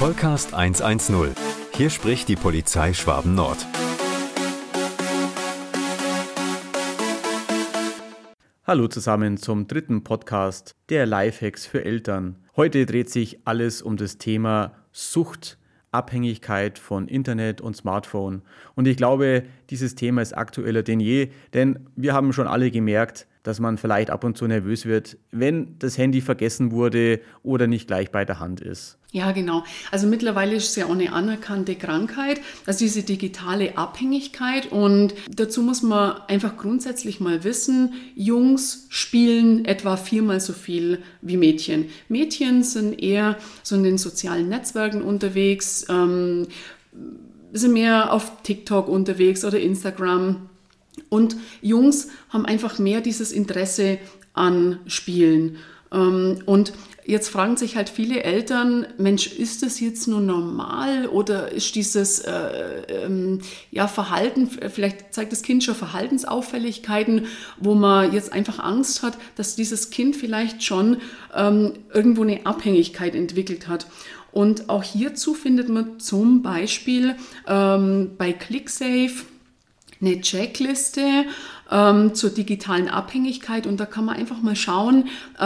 Zollcast 110. Hier spricht die Polizei Schwaben-Nord. Hallo zusammen zum dritten Podcast der Lifehacks für Eltern. Heute dreht sich alles um das Thema Sucht, Abhängigkeit von Internet und Smartphone. Und ich glaube, dieses Thema ist aktueller denn je, denn wir haben schon alle gemerkt, dass man vielleicht ab und zu nervös wird, wenn das Handy vergessen wurde oder nicht gleich bei der Hand ist. Ja, genau. Also mittlerweile ist es ja auch eine anerkannte Krankheit, also diese digitale Abhängigkeit. Und dazu muss man einfach grundsätzlich mal wissen, Jungs spielen etwa 4-mal so viel wie Mädchen. Mädchen sind eher so in den sozialen Netzwerken unterwegs, sind mehr auf TikTok unterwegs oder Instagram. Und Jungs haben einfach mehr dieses Interesse an Spielen. Und jetzt fragen sich halt viele Eltern, Mensch, ist das jetzt nur normal oder ist dieses Verhalten, vielleicht zeigt das Kind schon Verhaltensauffälligkeiten, wo man jetzt einfach Angst hat, dass dieses Kind vielleicht schon irgendwo eine Abhängigkeit entwickelt hat. Und auch hierzu findet man zum Beispiel bei ClickSafe eine Checkliste zur digitalen Abhängigkeit, und da kann man einfach mal schauen,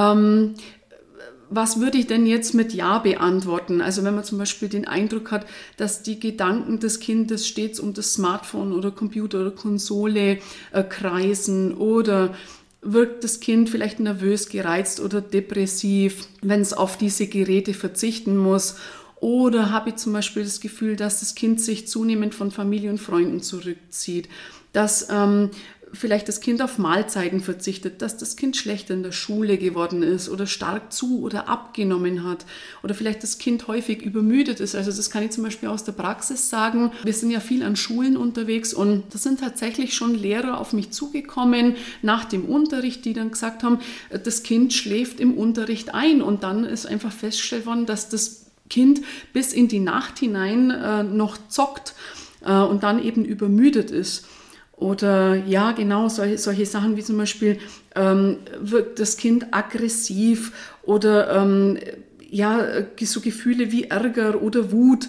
was würde ich denn jetzt mit Ja beantworten? Also wenn man zum Beispiel den Eindruck hat, dass die Gedanken des Kindes stets um das Smartphone oder Computer oder Konsole kreisen, oder wirkt das Kind vielleicht nervös, gereizt oder depressiv, wenn es auf diese Geräte verzichten muss. Oder habe ich zum Beispiel das Gefühl, dass das Kind sich zunehmend von Familie und Freunden zurückzieht, dass vielleicht das Kind auf Mahlzeiten verzichtet, dass das Kind schlechter in der Schule geworden ist oder stark zu- oder abgenommen hat oder vielleicht das Kind häufig übermüdet ist. Also das kann ich zum Beispiel aus der Praxis sagen. Wir sind ja viel an Schulen unterwegs und da sind tatsächlich schon Lehrer auf mich zugekommen nach dem Unterricht, die dann gesagt haben, das Kind schläft im Unterricht ein, und dann ist einfach festgestellt worden, dass das Kind bis in die Nacht hinein noch zockt und dann eben übermüdet ist. Oder ja, genau, solche Sachen wie zum Beispiel, wirkt das Kind aggressiv oder so Gefühle wie Ärger oder Wut.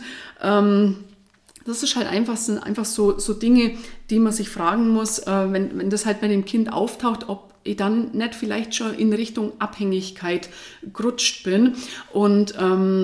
Das ist halt sind einfach so Dinge, die man sich fragen muss, wenn das halt bei dem Kind auftaucht, ob ich dann nicht vielleicht schon in Richtung Abhängigkeit gerutscht bin. Und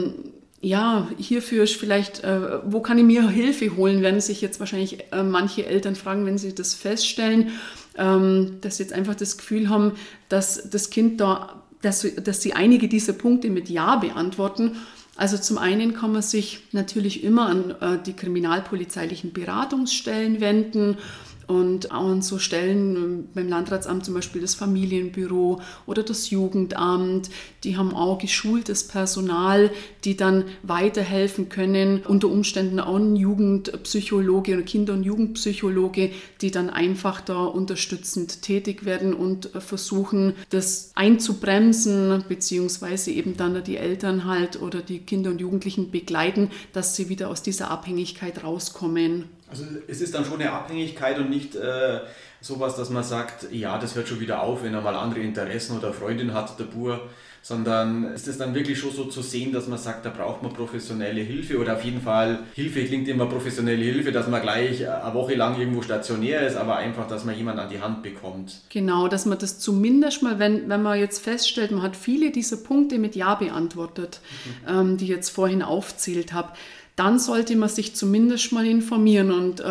hierfür ist vielleicht, wo kann ich mir Hilfe holen, werden sich jetzt wahrscheinlich manche Eltern fragen, wenn sie das feststellen, dass sie jetzt einfach das Gefühl haben, dass das Kind dass sie einige dieser Punkte mit Ja beantworten. Also zum einen kann man sich natürlich immer an die kriminalpolizeilichen Beratungsstellen wenden, und auch an so Stellen beim Landratsamt, zum Beispiel das Familienbüro oder das Jugendamt, die haben auch geschultes Personal, die dann weiterhelfen können. Unter Umständen auch ein Jugendpsychologe oder Kinder- und Jugendpsychologe, die dann einfach da unterstützend tätig werden und versuchen, das einzubremsen, beziehungsweise eben dann die Eltern halt oder die Kinder und Jugendlichen begleiten, dass sie wieder aus dieser Abhängigkeit rauskommen. Also es ist dann schon eine Abhängigkeit und nicht sowas, dass man sagt, ja, das hört schon wieder auf, wenn er mal andere Interessen oder Freundin hat, der Bur, sondern ist es dann wirklich schon so zu sehen, dass man sagt, da braucht man professionelle Hilfe, oder auf jeden Fall, Hilfe klingt immer professionelle Hilfe, dass man gleich eine Woche lang irgendwo stationär ist, aber einfach, dass man jemanden an die Hand bekommt. Genau, dass man das zumindest mal, wenn man jetzt feststellt, man hat viele dieser Punkte mit Ja beantwortet, die ich jetzt vorhin aufzählt habe, dann sollte man sich zumindest mal informieren und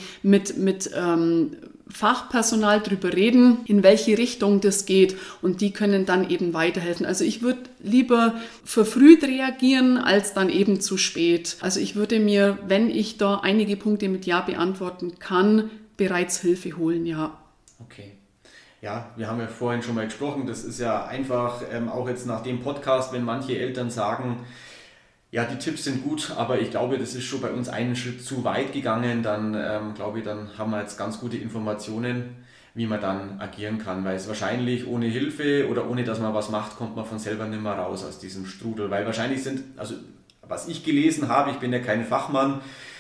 mit Fachpersonal drüber reden, in welche Richtung das geht, und die können dann eben weiterhelfen. Also ich würde lieber verfrüht reagieren, als dann eben zu spät. Also ich würde mir, wenn ich da einige Punkte mit Ja beantworten kann, bereits Hilfe holen, ja. Okay. Ja, wir haben ja vorhin schon mal gesprochen, das ist ja einfach, auch jetzt nach dem Podcast, wenn manche Eltern sagen, ja, die Tipps sind gut, aber ich glaube, das ist schon bei uns einen Schritt zu weit gegangen. Dann dann haben wir jetzt ganz gute Informationen, wie man dann agieren kann. Weil es wahrscheinlich ohne Hilfe oder ohne, dass man was macht, kommt man von selber nicht mehr raus aus diesem Strudel. Weil wahrscheinlich was ich gelesen habe, ich bin ja kein Fachmann,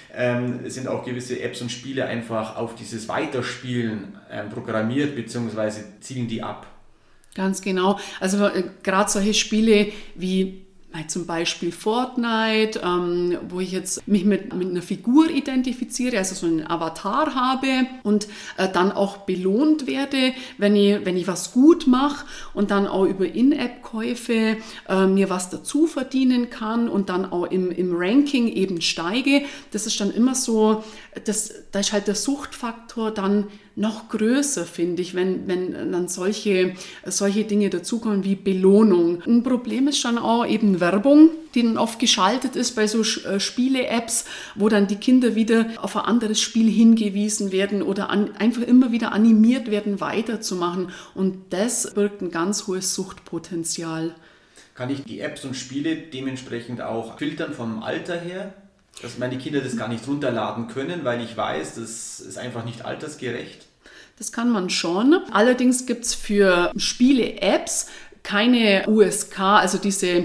es sind auch gewisse Apps und Spiele einfach auf dieses Weiterspielen programmiert, beziehungsweise zielen die ab. Ganz genau. Also gerade solche Spiele wie Zum Beispiel Fortnite, wo ich jetzt mich mit einer Figur identifiziere, also so einen Avatar habe und dann auch belohnt werde, wenn ich was gut mache und dann auch über In-App-Käufe mir was dazu verdienen kann und dann auch im Ranking eben steige. Das ist dann immer so, da ist halt der Suchtfaktor dann noch größer, finde ich, wenn dann solche Dinge dazukommen wie Belohnung. Ein Problem ist dann auch eben Werbung, die dann oft geschaltet ist bei so Spiele-Apps, wo dann die Kinder wieder auf ein anderes Spiel hingewiesen werden oder einfach immer wieder animiert werden, weiterzumachen. Und das birgt ein ganz hohes Suchtpotenzial. Kann ich die Apps und Spiele dementsprechend auch filtern vom Alter her? Dass meine Kinder das gar nicht runterladen können, weil ich weiß, das ist einfach nicht altersgerecht? Das kann man schon. Allerdings gibt es für Spiele-Apps keine USK, also diese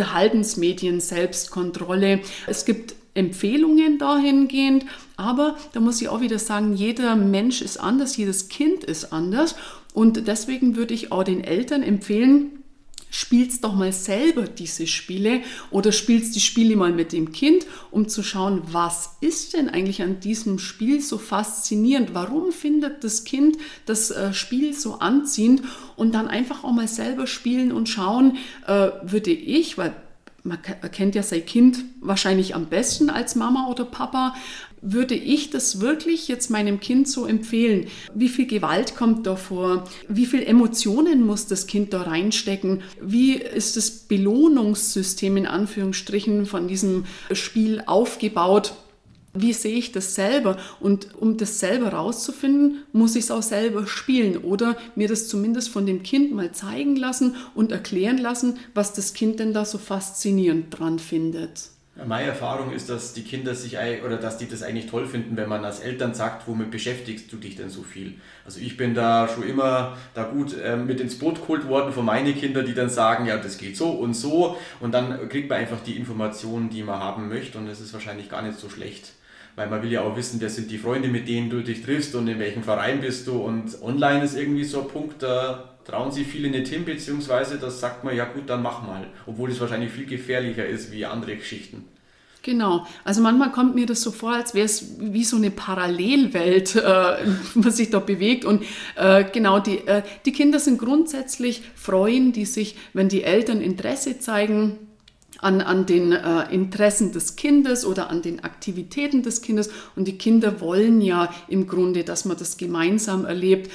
Unterhaltensmedien-Selbstkontrolle. Es gibt Empfehlungen dahingehend, aber da muss ich auch wieder sagen, jeder Mensch ist anders, jedes Kind ist anders und deswegen würde ich auch den Eltern empfehlen, spiel's doch mal selber diese Spiele oder spiel's die Spiele mal mit dem Kind, um zu schauen, was ist denn eigentlich an diesem Spiel so faszinierend? Warum findet das Kind das Spiel so anziehend? Und dann einfach auch mal selber spielen und schauen, würde ich, weil man kennt ja sein Kind wahrscheinlich am besten als Mama oder Papa, würde ich das wirklich jetzt meinem Kind so empfehlen? Wie viel Gewalt kommt da vor? Wie viel Emotionen muss das Kind da reinstecken? Wie ist das Belohnungssystem in Anführungsstrichen von diesem Spiel aufgebaut? Wie sehe ich das selber? Und um das selber rauszufinden, muss ich es auch selber spielen oder mir das zumindest von dem Kind mal zeigen lassen und erklären lassen, was das Kind denn da so faszinierend dran findet. Meine Erfahrung ist, dass die Kinder dass die das eigentlich toll finden, wenn man als Eltern sagt, womit beschäftigst du dich denn so viel? Also ich bin da schon immer gut mit ins Boot geholt worden von meinen Kindern, die dann sagen, ja, das geht so und dann kriegt man einfach die Informationen, die man haben möchte und das ist wahrscheinlich gar nicht so schlecht. Weil man will ja auch wissen, wer sind die Freunde, mit denen du dich triffst und in welchem Verein bist du und online ist irgendwie so ein Punkt, da trauen sich viele nicht hin, beziehungsweise das sagt man, ja gut, dann mach mal. Obwohl es wahrscheinlich viel gefährlicher ist wie andere Geschichten. Genau, also manchmal kommt mir das so vor, als wäre es wie so eine Parallelwelt, was sich da bewegt und genau, die Kinder sind grundsätzlich, freuen die sich, wenn die Eltern Interesse zeigen an den Interessen des Kindes oder an den Aktivitäten des Kindes und die Kinder wollen ja im Grunde, dass man das gemeinsam erlebt.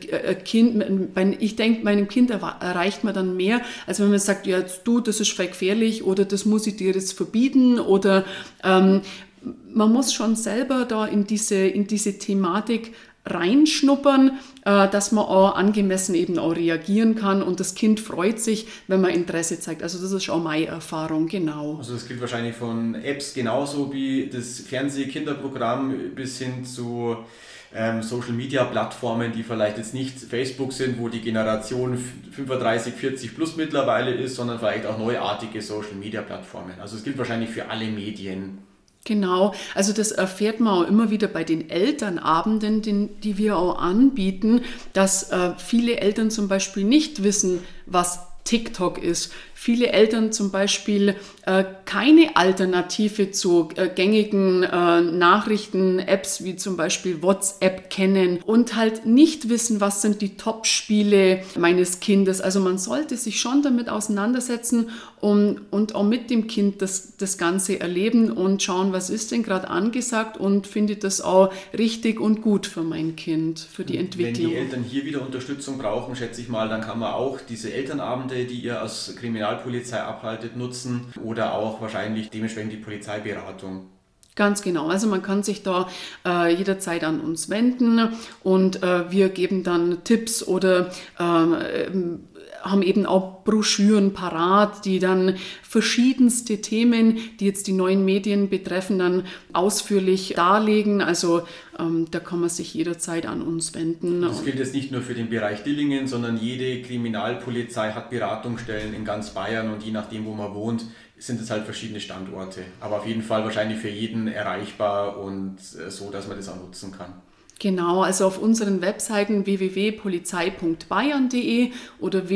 Ich denke, meinem Kind erreicht man dann mehr, als wenn man sagt, ja, du, das ist gefährlich oder das muss ich dir jetzt verbieten oder man muss schon selber da in diese Thematik reinschnuppern, dass man auch angemessen eben auch reagieren kann und das Kind freut sich, wenn man Interesse zeigt. Also das ist auch meine Erfahrung, genau. Also das gilt wahrscheinlich von Apps genauso wie das Fernseh-Kinderprogramm bis hin zu Social-Media-Plattformen, die vielleicht jetzt nicht Facebook sind, wo die Generation 35, 40 plus mittlerweile ist, sondern vielleicht auch neuartige Social-Media-Plattformen. Also es gilt wahrscheinlich für alle Medien. Genau, also das erfährt man auch immer wieder bei den Elternabenden, die wir auch anbieten, dass viele Eltern zum Beispiel nicht wissen, was TikTok ist. Viele Eltern zum Beispiel keine Alternative zu gängigen Nachrichten-Apps wie zum Beispiel WhatsApp kennen und halt nicht wissen, was sind die Top-Spiele meines Kindes. Also man sollte sich schon damit auseinandersetzen und auch mit dem Kind das Ganze erleben und schauen, was ist denn gerade angesagt und findet das auch richtig und gut für mein Kind, für die Entwicklung. Wenn die Eltern hier wieder Unterstützung brauchen, schätze ich mal, dann kann man auch diese Elternabende, die ihr als Kriminalpolizei abhaltet, nutzen oder auch wahrscheinlich dementsprechend die Polizeiberatung. Ganz genau, also man kann sich da jederzeit an uns wenden und wir geben dann Tipps oder haben eben auch Broschüren parat, die dann verschiedenste Themen, die jetzt die neuen Medien betreffen, dann ausführlich darlegen. Also da kann man sich jederzeit an uns wenden. Das gilt jetzt nicht nur für den Bereich Dillingen, sondern jede Kriminalpolizei hat Beratungsstellen in ganz Bayern und je nachdem, wo man wohnt, sind es halt verschiedene Standorte. Aber auf jeden Fall wahrscheinlich für jeden erreichbar und so, dass man das auch nutzen kann. Genau, also auf unseren Webseiten www.polizei.bayern.de oder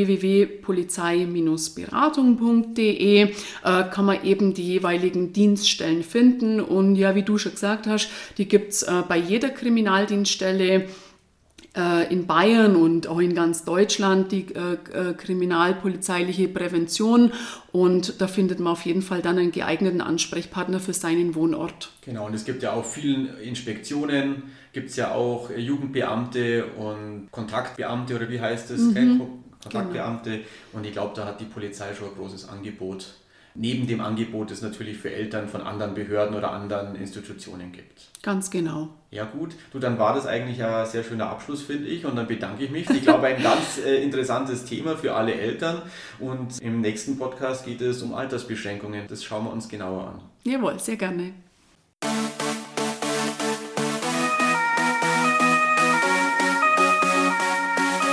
www.polizei-beratung.de kann man eben die jeweiligen Dienststellen finden. Und ja, wie du schon gesagt hast, die gibt es bei jeder Kriminaldienststelle in Bayern und auch in ganz Deutschland, die kriminalpolizeiliche Prävention. Und da findet man auf jeden Fall dann einen geeigneten Ansprechpartner für seinen Wohnort. Genau, und es gibt ja auch vielen Inspektionen, gibt es ja auch Jugendbeamte und Kontaktbeamte oder wie heißt es? Kontaktbeamte. Genau. Und ich glaube, da hat die Polizei schon ein großes Angebot. Neben dem Angebot, das es natürlich für Eltern von anderen Behörden oder anderen Institutionen gibt. Ganz genau. Ja gut, dann war das eigentlich ein sehr schöner Abschluss, finde ich. Und dann bedanke ich mich. Ich glaube, ein ganz interessantes Thema für alle Eltern. Und im nächsten Podcast geht es um Altersbeschränkungen. Das schauen wir uns genauer an. Jawohl, sehr gerne.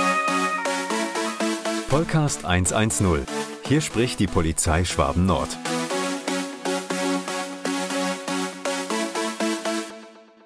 Podcast 110. Hier spricht die Polizei Schwaben-Nord.